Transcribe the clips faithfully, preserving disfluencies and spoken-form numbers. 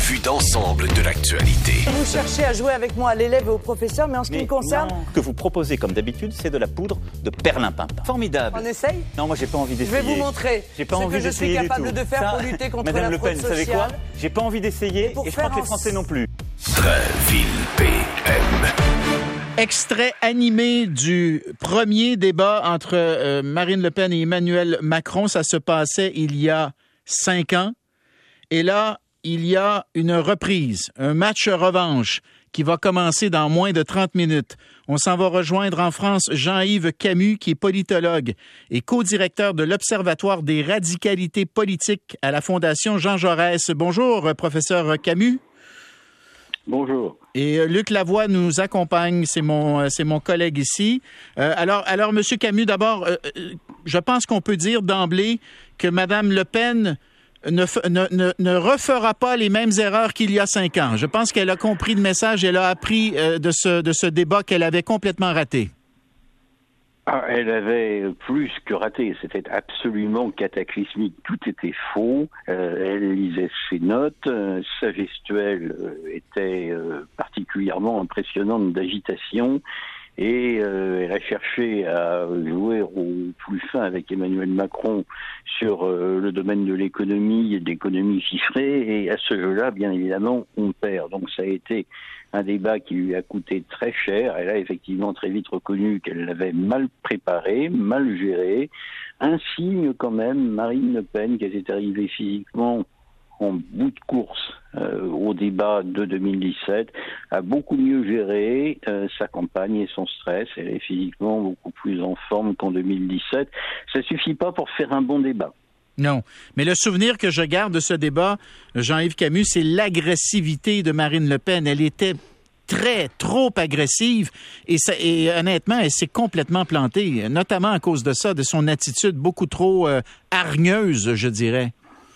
vue d'ensemble de l'actualité. Vous cherchez à jouer avec moi à l'élève et au professeur, mais en ce qui mais me concerne... Non. Ce que vous proposez, comme d'habitude, c'est de la poudre de perlimpinpin. Formidable. On essaye ? Non, moi, j'ai pas envie d'essayer. Je vais vous montrer j'ai pas ce envie que je suis capable de faire Ça, pour lutter contre Madame la Le fraude Pen, sociale. vous savez quoi ? J'ai pas envie d'essayer, et, et je crois que les Français non plus. Drainville P M. Extrait animé du premier débat entre euh, Marine Le Pen et Emmanuel Macron. Ça se passait il y a cinq ans. Et là, il y a une reprise, un match revanche qui va commencer dans moins de trente minutes. On s'en va rejoindre en France Jean-Yves Camus, qui est politologue et co-directeur de l'Observatoire des radicalités politiques à la Fondation Jean Jaurès. Bonjour, professeur Camus. Bonjour. Et euh, Luc Lavoie nous accompagne, c'est mon, euh, c'est mon collègue ici. Euh, alors, alors, Monsieur Camus, d'abord, euh, je pense qu'on peut dire d'emblée que Madame Le Pen ne, f- ne, ne, ne refera pas les mêmes erreurs qu'il y a cinq ans. Je pense qu'elle a compris le message, elle a appris euh, de ce, de ce débat qu'elle avait complètement raté. Ah, elle avait plus que raté, c'était absolument cataclysmique, tout était faux, euh, elle lisait ses notes, euh, sa gestuelle euh, était euh, particulièrement impressionnante d'agitation, et euh, elle a cherché à jouer au plus fin avec Emmanuel Macron sur euh, le domaine de l'économie et de l'économie chiffrée, et à ce jeu-là, bien évidemment, on perd. Donc ça a été un débat qui lui a coûté très cher. Elle a effectivement très vite reconnu qu'elle l'avait mal préparé, mal géré. Un signe quand même, Marine Le Pen, qui était arrivée physiquement en bout de course euh, au débat de deux mille dix-sept, a beaucoup mieux géré euh, sa campagne et son stress. Elle est physiquement beaucoup plus en forme qu'en deux mille dix-sept. Ça suffit pas pour faire un bon débat. Non, mais le souvenir que je garde de ce débat, Jean-Yves Camus, c'est l'agressivité de Marine Le Pen. Elle était très, trop agressive et, ça, et honnêtement, elle s'est complètement plantée, notamment à cause de ça, de son attitude beaucoup trop euh, hargneuse, je dirais.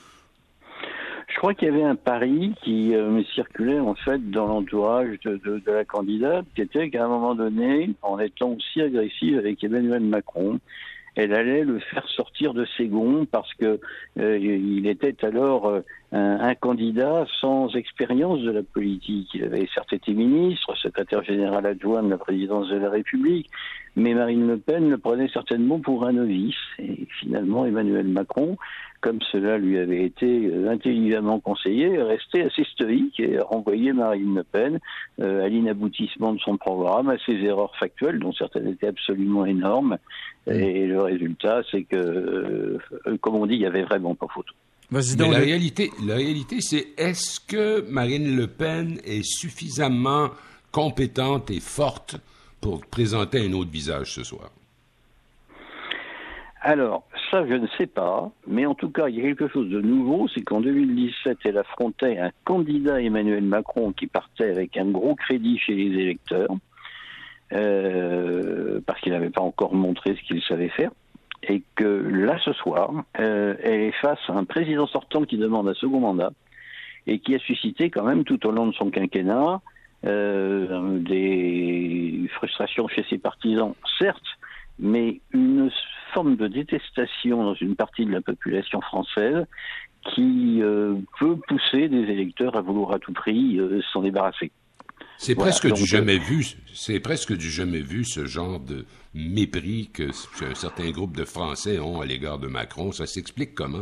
Je crois qu'il y avait un pari qui euh, circulait en fait dans l'entourage de, de, de la candidate, qui était qu'à un moment donné, en étant aussi agressive avec Emmanuel Macron, elle allait le faire sortir de ses gonds parce que euh, il était alors euh, un, un candidat sans expérience de la politique. Il avait certes été ministre, secrétaire général adjoint de la présidence de la République, mais Marine Le Pen le prenait certainement pour un novice. Et finalement, Emmanuel Macron, comme cela lui avait été intelligemment conseillé, est resté assez stoïque et a renvoyé Marine Le Pen euh, à l'inaboutissement de son programme, à ses erreurs factuelles, dont certaines étaient absolument énormes. Et le résultat, c'est que, euh, comme on dit, il n'y avait vraiment pas photo. Vas-y donc. Mais la réalité, la réalité, c'est est-ce que Marine Le Pen est suffisamment compétente et forte pour présenter un autre visage ce soir? Alors, ça, je ne sais pas, mais en tout cas, il y a quelque chose de nouveau, c'est qu'en deux mille dix-sept, elle affrontait un candidat Emmanuel Macron qui partait avec un gros crédit chez les électeurs, euh, parce qu'il n'avait pas encore montré ce qu'il savait faire, et que là, ce soir, euh, elle est face à un président sortant qui demande un second mandat, et qui a suscité quand même tout au long de son quinquennat euh, des frustrations chez ses partisans, certes, mais une forme de détestation dans une partie de la population française qui euh, peut pousser des électeurs à vouloir à tout prix euh, s'en débarrasser. C'est voilà, presque donc, du jamais vu. C'est presque du jamais vu, ce genre de mépris que un certain groupe de Français ont à l'égard de Macron. Ça s'explique comment?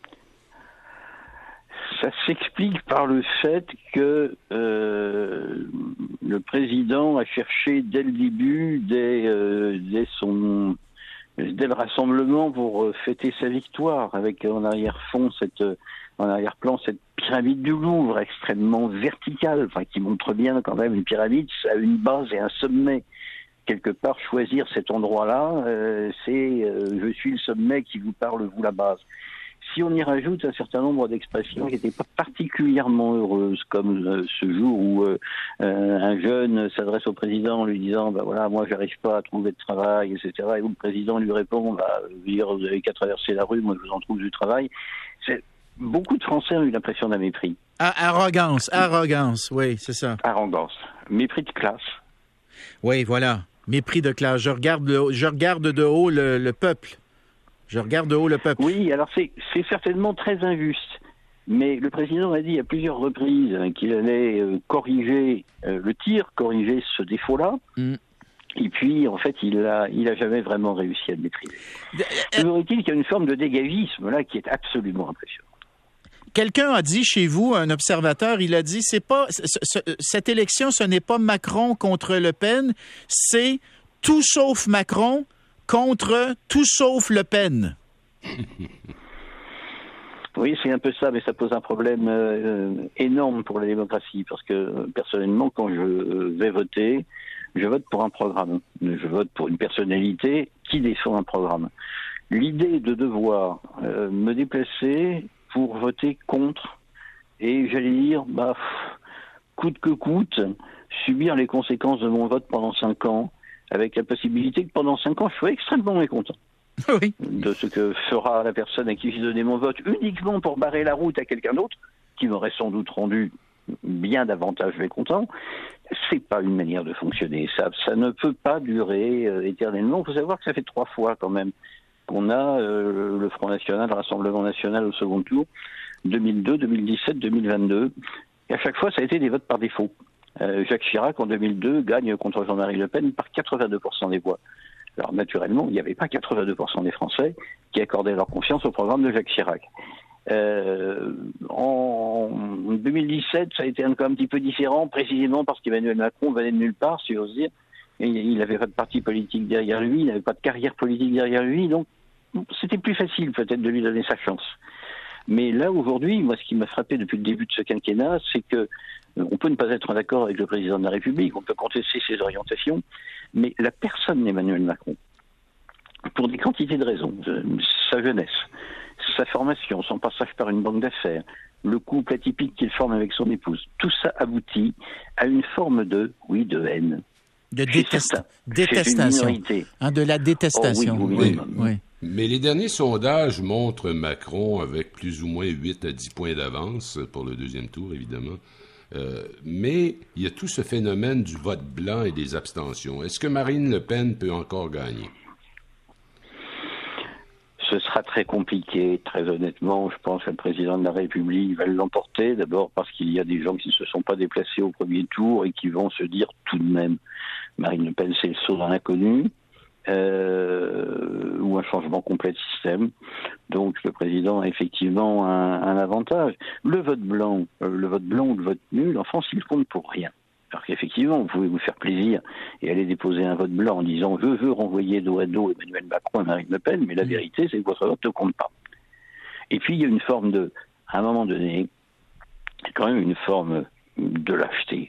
Ça s'explique par le fait que euh, le président a cherché dès le début, dès, euh, dès son, dès le rassemblement, pour fêter sa victoire, avec en arrière-fond cette, en arrière-plan cette pyramide du Louvre extrêmement verticale, enfin qui montre bien quand même une pyramide, ça a une base et un sommet. Quelque part, choisir cet endroit-là, euh, c'est euh, je suis le sommet qui vous parle, vous la base. Si on y rajoute un certain nombre d'expressions qui n'étaient pas particulièrement heureuses, comme euh, ce jour où euh, euh, un jeune s'adresse au président en lui disant bah voilà, moi j'arrive pas à trouver de travail, et cetera, et où le président lui répond bah dire vous avez qu'à traverser la rue, moi je vous en trouve du travail. C'est... Beaucoup de Français ont eu l'impression d'un mépris. Ah, arrogance, arrogance, oui, c'est ça. Arrogance, mépris de classe. Oui, voilà, mépris de classe. Je regarde, le, je regarde de haut le, le peuple. Je regarde de haut le peuple. Oui, alors c'est, c'est certainement très injuste. Mais le président a dit à plusieurs reprises qu'il allait euh, corriger euh, le tir, corriger ce défaut-là. Mm. Et puis, en fait, il a, il a jamais vraiment réussi à le maîtriser. Toujours est-il qu'il y a une forme de dégagisme là qui est absolument impressionnante. Quelqu'un a dit chez vous, un observateur, il a dit, c'est pas ce, ce, cette élection, ce n'est pas Macron contre Le Pen, c'est tout sauf Macron contre tout sauf Le Pen. Oui, c'est un peu ça, mais ça pose un problème euh, énorme pour la démocratie, parce que personnellement, quand je vais voter, je vote pour un programme. Je vote pour une personnalité qui défend un programme. L'idée de devoir euh, me déplacer pour voter contre, et j'allais dire, bah, coûte que coûte, subir les conséquences de mon vote pendant cinq ans, avec la possibilité que pendant cinq ans, je sois extrêmement mécontent. Oui. De ce que fera la personne à qui j'ai donné mon vote, uniquement pour barrer la route à quelqu'un d'autre, qui m'aurait sans doute rendu bien davantage mécontent. C'est pas une manière de fonctionner. Ça, ça ne peut pas durer euh, éternellement. Il faut savoir que ça fait trois fois quand même qu'on a euh, le Front National, le Rassemblement National au second tour, deux mille deux, deux mille dix-sept, deux mille vingt-deux. Et à chaque fois, ça a été des votes par défaut. Euh, Jacques Chirac, en deux mille deux, gagne contre Jean-Marie Le Pen par quatre-vingt-deux pour cent des voix. Alors naturellement, il n'y avait pas quatre-vingt-deux pour cent des Français qui accordaient leur confiance au programme de Jacques Chirac. Euh, en deux mille dix-sept, ça a été un, un petit peu différent, précisément parce qu'Emmanuel Macron venait de nulle part, si j'ose dire. Et il n'avait pas de parti politique derrière lui, il n'avait pas de carrière politique derrière lui, donc c'était plus facile peut-être de lui donner sa chance. Mais là, aujourd'hui, moi, ce qui m'a frappé depuis le début de ce quinquennat, c'est que on peut ne pas être d'accord avec le président de la République, on peut contester ses orientations, mais la personne d'Emmanuel Macron, pour des quantités de raisons, sa jeunesse, sa formation, son passage par une banque d'affaires, le couple atypique qu'il forme avec son épouse, tout ça aboutit à une forme de, oui, de haine. De détest... détestation. Hein, de la détestation. Oh, oui, oui, oui. oui. Mais les derniers sondages montrent Macron avec plus ou moins huit à dix points d'avance pour le deuxième tour, évidemment. Euh, mais il y a tout ce phénomène du vote blanc et des abstentions. Est-ce que Marine Le Pen peut encore gagner? Ce sera très compliqué, très honnêtement. Je pense que le président de la République va l'emporter, d'abord parce qu'il y a des gens qui ne se sont pas déplacés au premier tour et qui vont se dire tout de même, Marine Le Pen, c'est le saut dans l'inconnu, euh, ou un changement complet de système. Donc le président a effectivement un, un avantage. Le vote blanc, euh, le vote blanc ou le vote nul, en France, il compte pour rien. Alors qu'effectivement, vous pouvez vous faire plaisir et aller déposer un vote blanc en disant « je veux renvoyer dos à dos Emmanuel Macron et Marine Le Pen », mais la vérité, c'est que votre vote ne compte pas. Et puis, il y a une forme de, à un moment donné, quand même une forme de lâcheté.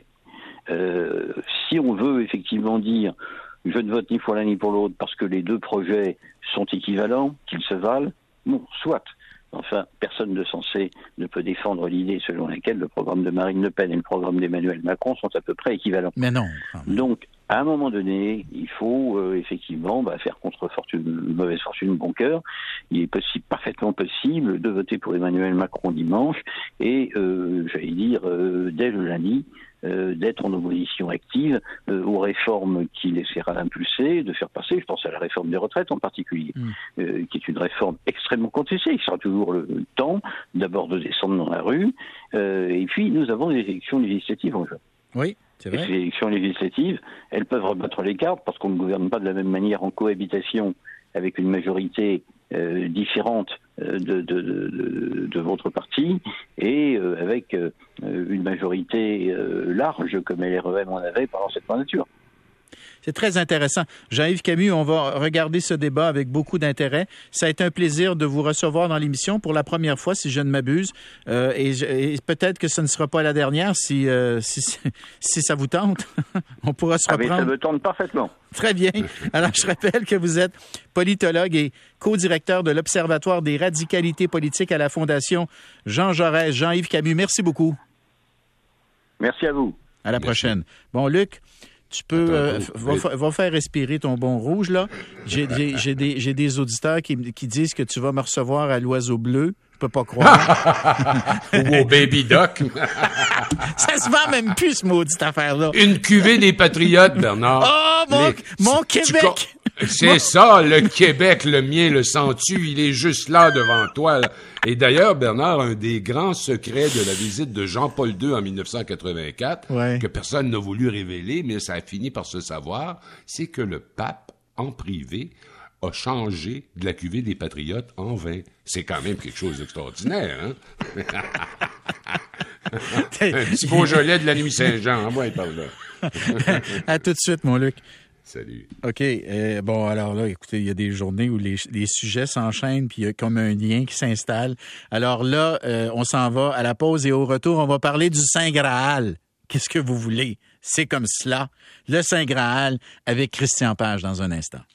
Euh, si on veut effectivement dire « je ne vote ni pour l'un ni pour l'autre parce que les deux projets sont équivalents, qu'ils se valent », bon, soit. Enfin, personne de sensé ne peut défendre l'idée selon laquelle le programme de Marine Le Pen et le programme d'Emmanuel Macron sont à peu près équivalents. Mais non. Donc, à un moment donné, il faut euh, effectivement bah, faire contre fortune, mauvaise fortune, bon cœur. Il est possible, parfaitement possible de voter pour Emmanuel Macron dimanche et, euh, j'allais dire, euh, dès le lundi, euh, d'être en opposition active euh, aux réformes qu'il essaiera d'impulser, de faire passer. Je pense à la réforme des retraites en particulier, mmh. euh, qui est une réforme extrêmement contestée. Il sera toujours le, le temps d'abord de descendre dans la rue. Euh, et puis, nous avons des élections législatives en jeu. Oui. C'est vrai. Et ces élections législatives, elles peuvent rebattre les cartes parce qu'on ne gouverne pas de la même manière en cohabitation avec une majorité euh, différente euh, de, de, de, de votre parti et euh, avec euh, une majorité euh, large comme L R E M en avait pendant cette mandature. C'est très intéressant. Jean-Yves Camus, on va regarder ce débat avec beaucoup d'intérêt. Ça a été un plaisir de vous recevoir dans l'émission pour la première fois, si je ne m'abuse. Euh, et, et peut-être que ce ne sera pas la dernière si, euh, si, si ça vous tente. On pourra se reprendre. Ah, mais ça me tente parfaitement. Très bien. Alors, je rappelle que vous êtes politologue et co-directeur de l'Observatoire des radicalités politiques à la Fondation Jean Jaurès. Jean-Yves Camus, merci beaucoup. Merci à vous. À la merci. Prochaine. Bon, Luc, tu peux euh, va, va faire respirer ton bon rouge, là. J'ai, j'ai, j'ai, des, j'ai des auditeurs qui, qui disent que tu vas me recevoir à l'Oiseau Bleu. Je peux pas croire. Ou au Baby Doc. Ça se vend même plus, ce maudite affaire-là. Une cuvée des Patriotes, Bernard. Oh, mon, Les, mon tu, Québec! Tu, C'est ça, le Québec, le mien, le sens-tu, il est juste là devant toi. Là. Et d'ailleurs, Bernard, un des grands secrets de la visite de Jean-Paul deux en dix-neuf cent quatre-vingt-quatre, ouais. que personne n'a voulu révéler, mais ça a fini par se savoir, c'est que le pape, en privé, a changé de la cuvée des Patriotes en vin. C'est quand même quelque chose d'extraordinaire, hein? Un petit Beaujolais de la nuit Saint-Jean, envoie par là. À tout de suite, mon Luc. Salut. OK. Euh, bon, alors là, écoutez, il y a des journées où les, les sujets s'enchaînent, puis il y a comme un lien qui s'installe. Alors là, euh, on s'en va à la pause et au retour, on va parler du Saint Graal. Qu'est-ce que vous voulez? C'est comme cela. Le Saint Graal avec Christian Page dans un instant.